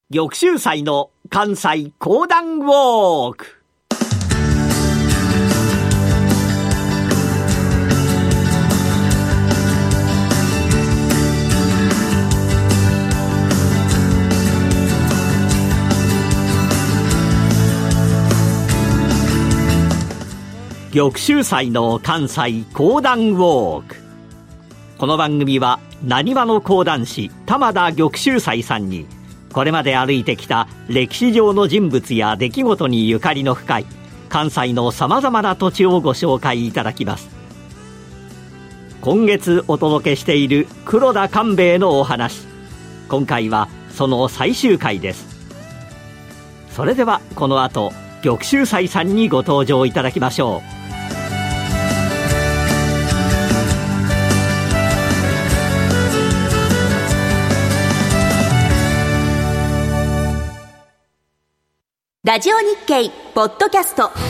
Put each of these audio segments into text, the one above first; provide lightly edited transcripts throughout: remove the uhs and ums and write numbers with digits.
玉州祭の関西講談ウォーク。玉州祭の関西講談ウォーク。この番組はなにわの講談師玉田玉州祭さんに、これまで歩いてきた歴史上の人物や出来事にゆかりの深い関西のさまざまな土地をご紹介いただきます。今月お届けしている黒田官兵衛のお話、今回はその最終回です。それではこの後玉州祭さんにご登場いただきましょう。 ラジオ日経ポッドキャスト、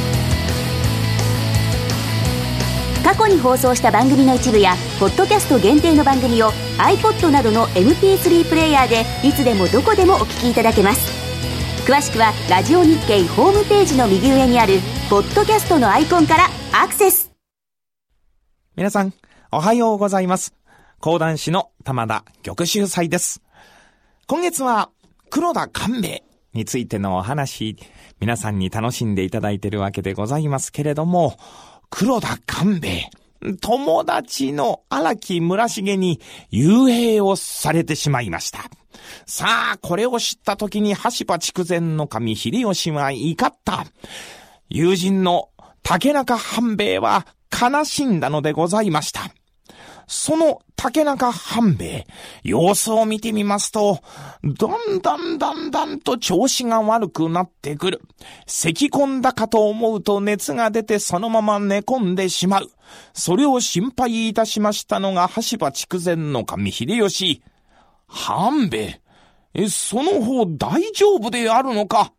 過去に放送した番組の一部やポッドキャスト限定の番組を iPod などの MP3 プレイヤーでいつでもどこでもお聞きいただけます。詳しくはラジオ日経ホームページの右上にあるポッドキャストのアイコンからアクセス。 皆さんおはようございます。講談師の玉田玉州祭です。今月は黒田官兵衛についてのお話、皆さんに楽しんでいただいているわけでございますけれども、黒田官兵衛、友達の荒木村重に幽閉をされてしまいました。さあ、これを知った時に羽柴筑前の神秀吉は怒った。友人の竹中半兵衛は悲しんだのでございました。その竹中半兵衛、様子を見てみますと、だんだんと調子が悪くなってくる。咳込んだかと思うと熱が出てそのまま寝込んでしまう。それを心配いたしましたのが羽柴筑前の神秀吉。半兵衛、その方大丈夫であるのか。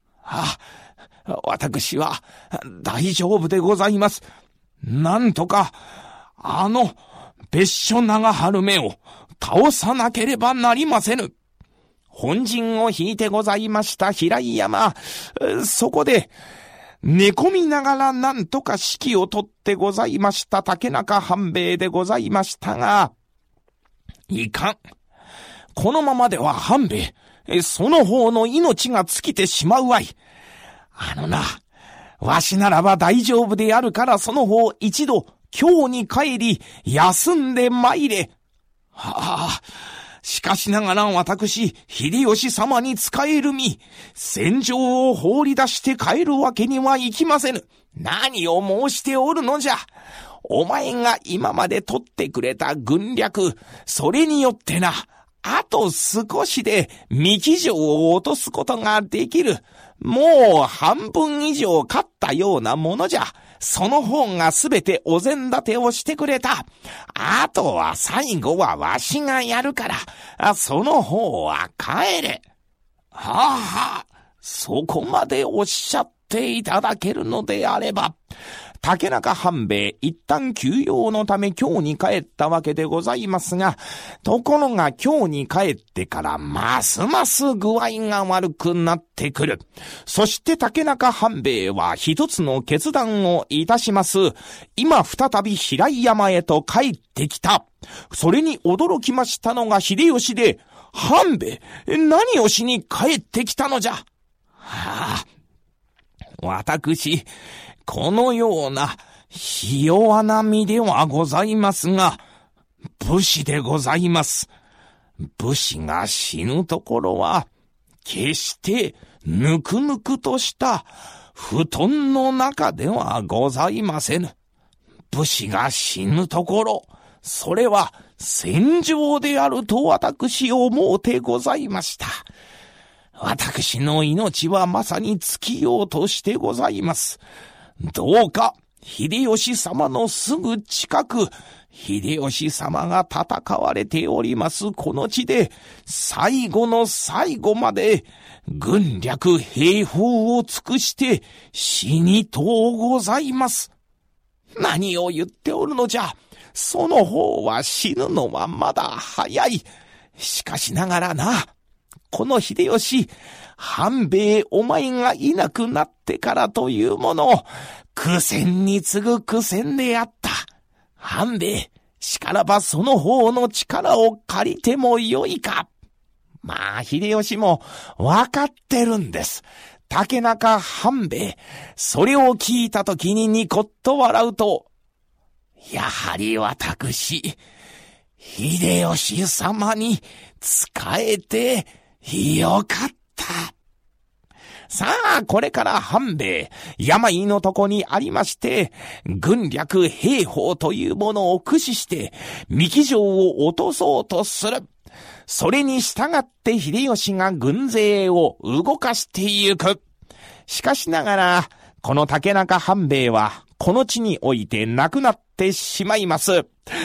私は大丈夫でございます。なんとか別所長春目を倒さなければなりませぬ。本陣を引いてございました平井山、そこで寝込みながらなんとか指揮を取ってございました竹中半兵衛でございましたが、いかん。このままでは半兵衛、その方の命が尽きてしまうわい。わしならば大丈夫であるからその方一度京に帰り休んで参れ。しかしながら私秀吉様に仕える身、戦場を放り出して帰るわけにはいきませぬ。何を申しておるのじゃ。お前が今まで取ってくれた軍略、それによってな、あと少しで三木城を落とすことができる。もう半分以上勝ったようなものじゃ。その方がすべてお膳立てをしてくれた。あとは最後はわしがやるから、その方は帰れ。そこまでおっしゃっていただけるのであれば。竹中半兵衛、一旦休養のため京に帰ったわけでございますが、ところが京に帰ってからますます具合が悪くなってくる。そして竹中半兵衛は一つの決断をいたします。今再び平井山へと帰ってきた。それに驚きましたのが秀吉で、半兵衛、何をしに帰ってきたのじゃ。私、このようなひ弱な身ではございますが、武士でございます。武士が死ぬところは、決してぬくぬくとした布団の中ではございませぬ。武士が死ぬところ、それは戦場であると私思うてございました。私の命はまさに尽きようとしてございます。どうか秀吉様のすぐ近く、秀吉様が戦われておりますこの地で最後の最後まで軍略兵法を尽くして死にとうございます。何を言っておるのじゃ。その方は死ぬのはまだ早い。しかしながらな、 この秀吉、半兵衛お前がいなくなってからというもの、苦戦に次ぐ苦戦であった。半兵衛、しからばその方の力を借りてもよいか。まあ、秀吉もわかってるんです。竹中半兵衛、それを聞いたときにニコッと笑うと、やはり私、秀吉様に仕えてよかった。さあ、これから半兵衛、病のとこにありまして、軍略兵法というものを駆使して、三木城を落とそうとする。それに従って秀吉が軍勢を動かしてゆく。しかしながら、この竹中半兵衛は、この地において亡くなってしまいます。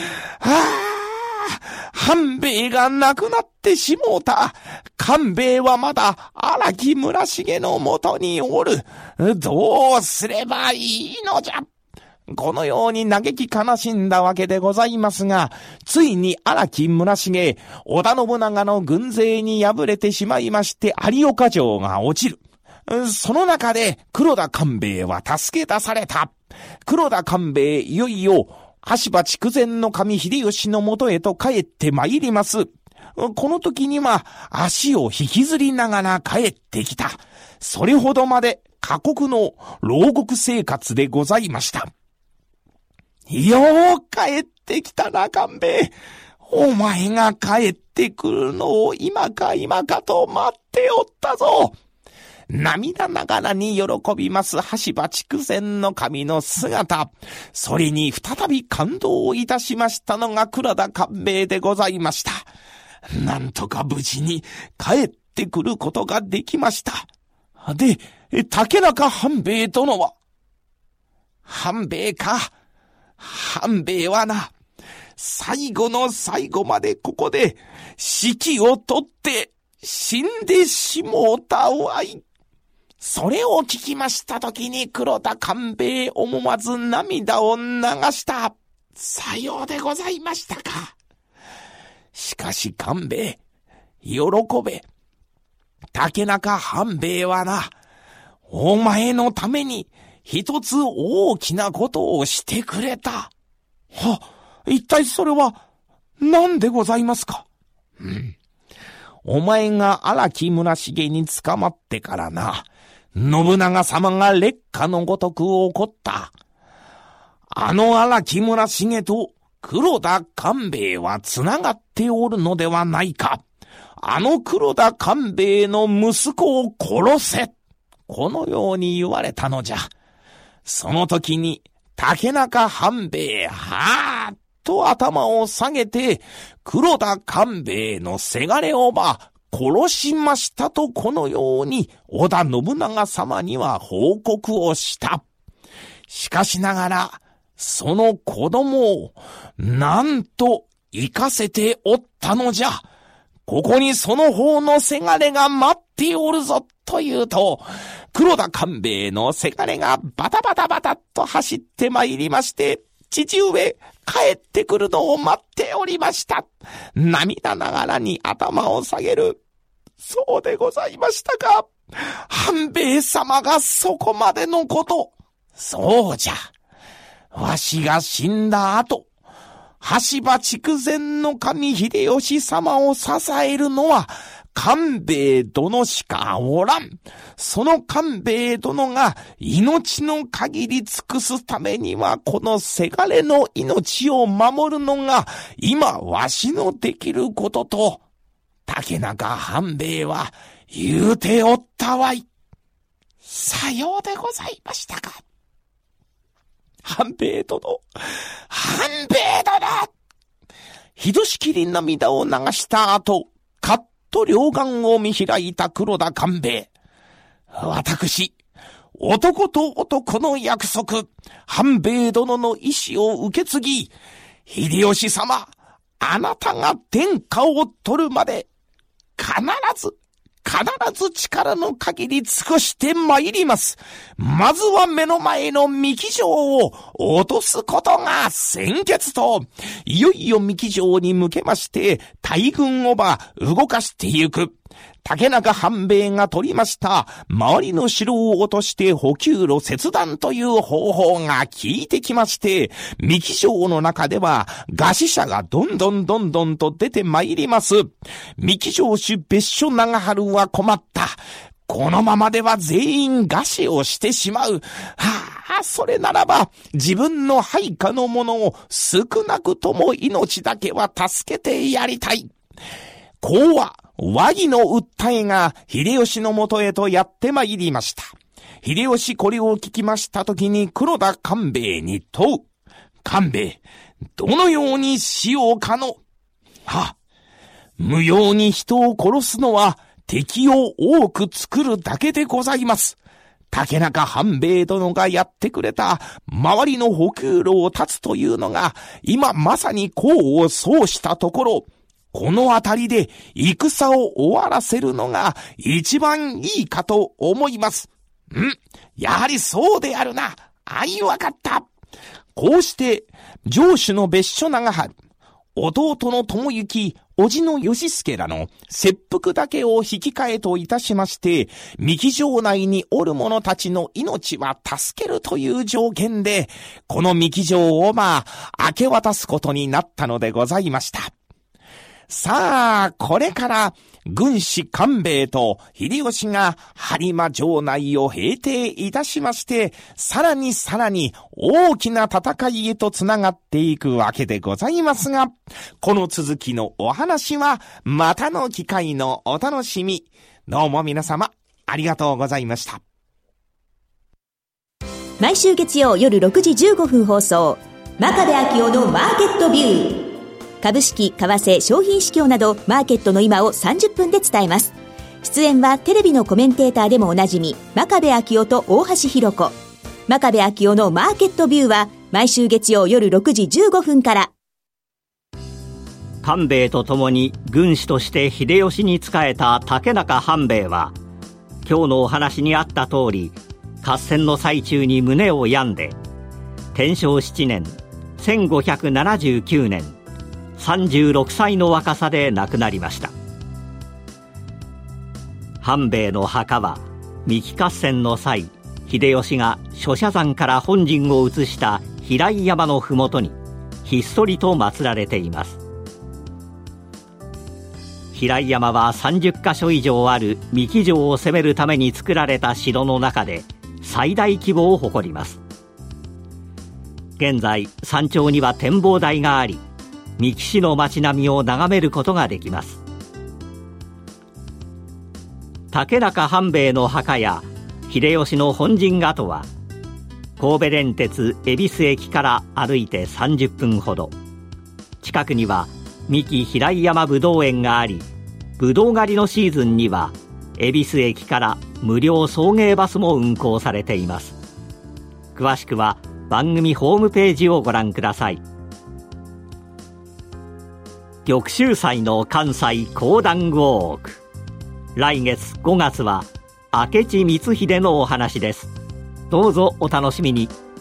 半兵衛が亡くなってしもうた。官兵衛はまだ荒木村重のもとにおる。どうすればいいのじゃ。このように嘆き悲しんだわけでございますが、ついに荒木村重、織田信長の軍勢に敗れてしまいまして有岡城が落ちる。その中で黒田官兵衛は助け出された。黒田官兵衛いよいよ羽柴筑前の神秀吉のもとへと帰って参ります。この時には足を引きずりながら帰ってきた。それほどまで過酷の牢獄生活でございました。よう帰ってきたな、官兵衛。お前が帰ってくるのを今かと待っておったぞ。涙ながらに喜びます羽柴筑前の神の姿。それに再び感動いたしましたのが黒田官兵衛でございました。なんとか無事に帰ってくることができました。で、竹中半兵衛殿は？半兵衛か。半兵衛はな、最後の最後までここで指揮を取って死んでしもうたわい。それを聞きましたときに黒田官兵衛思わず涙を流した。さようでございましたか。しかし官兵衛、喜べ。竹中半兵衛はな、お前のために一つ大きなことをしてくれた。一体それは何でございますか？お前が荒木村重に捕まってからな、信長様が烈火のごとく起こった。あの荒木村重と黒田官兵衛は繋がっておるのではないか。あの黒田官兵衛の息子を殺せ。このように言われたのじゃ。その時に竹中半兵衛はーっと頭を下げて黒田官兵衛のせがれを殺しましたとこのように織田信長様には報告をした。しかしながらその子供をなんと生かせておったのじゃ。ここにその方のせがれが待っておるぞと言うと、黒田官兵衛のせがれがバタバタバタっと走って参りまして、父上帰ってくるのを待っておりました。涙ながらに頭を下げる。そうでございましたか。半兵衛様がそこまでのこと。そうじゃ。わしが死んだ後、羽柴筑前の神秀吉様を支えるのは官兵衛殿しかおらん。その官兵衛殿が命の限り尽くすためには、このせがれの命を守るのが今わしのできることと、竹中半兵衛は言うておったわい。さようでございましたか。半兵衛殿、半兵衛殿。ひどしきり涙を流した後、かっと両眼を見開いた黒田官兵衛。私、男と男の約束、半兵衛殿の意志を受け継ぎ、秀吉様、あなたが天下を取るまで、必ず力の限り尽くして参ります。まずは目の前の三木城を落とすことが先決と、いよいよ三木城に向けまして大軍を動かしてゆく。 竹中半兵衛が取りました周りの城を落として補給路切断という方法が効いてきまして、三木城の中では餓死者がどんどんと出てまいります。三木城主別所長春は困った。このままでは全員餓死をしてしまう。それならば自分の配下の者を少なくとも命だけは助けてやりたい。こうは和議の訴えが秀吉のもとへとやってまいりました。秀吉これを聞きましたときに黒田官兵衛に問う。官兵衛、どのようにしようかの。無用に人を殺すのは敵を多く作るだけでございます。竹中半兵衛殿がやってくれた周りの補給路を断つというのが今まさに功を奏したところ、このあたりで戦を終わらせるのが一番いいかと思います。やはりそうであるな。わかった。こうして城主の別所長春、弟の友行、叔父の義助らの切腹だけを引き換えといたしまして、三木城内におる者たちの命は助けるという条件で、この三木城を明け渡すことになったのでございました。さあ、これから軍師官兵衛と秀吉が播磨城内を平定いたしまして、さらに大きな戦いへとつながっていくわけでございますが、この続きのお話はまたの機会のお楽しみ。どうも皆様ありがとうございました。 毎週月曜夜6時15分放送、真壁昭夫のマーケットビュー。株式、為替、商品市況などマーケットの今を30分で伝えます。出演はテレビのコメンテーターでもおなじみ真壁昭夫と大橋ひろ子。真壁昭夫のマーケットビューは毎週月曜夜6時15分から。 官兵衛と共に軍師として秀吉に仕えた竹中半兵衛は、今日のお話にあった通り合戦の最中に胸を病んで、天正7年1579年36歳の若さで亡くなりました。半兵衛の墓は三木合戦の際、秀吉が諸社山から本陣を移した平井山のふもとにひっそりと祀られています。平井山は30カ所以上ある三木城を攻めるために作られた城の中で最大規模を誇ります。現在山頂には展望台があり、三木市の街並みを眺めることができます。竹中半兵衛の墓や秀吉の本陣跡は神戸電鉄恵比寿駅から歩いて30分ほど。近くには三木平井山ぶどう園があり、ぶどう狩りのシーズンには恵比寿駅から無料送迎バスも運行されています。詳しくは番組ホームページをご覧ください。玉州祭の関西講談ウォーク。来月5月は明智光秀のお話です。どうぞお楽しみに。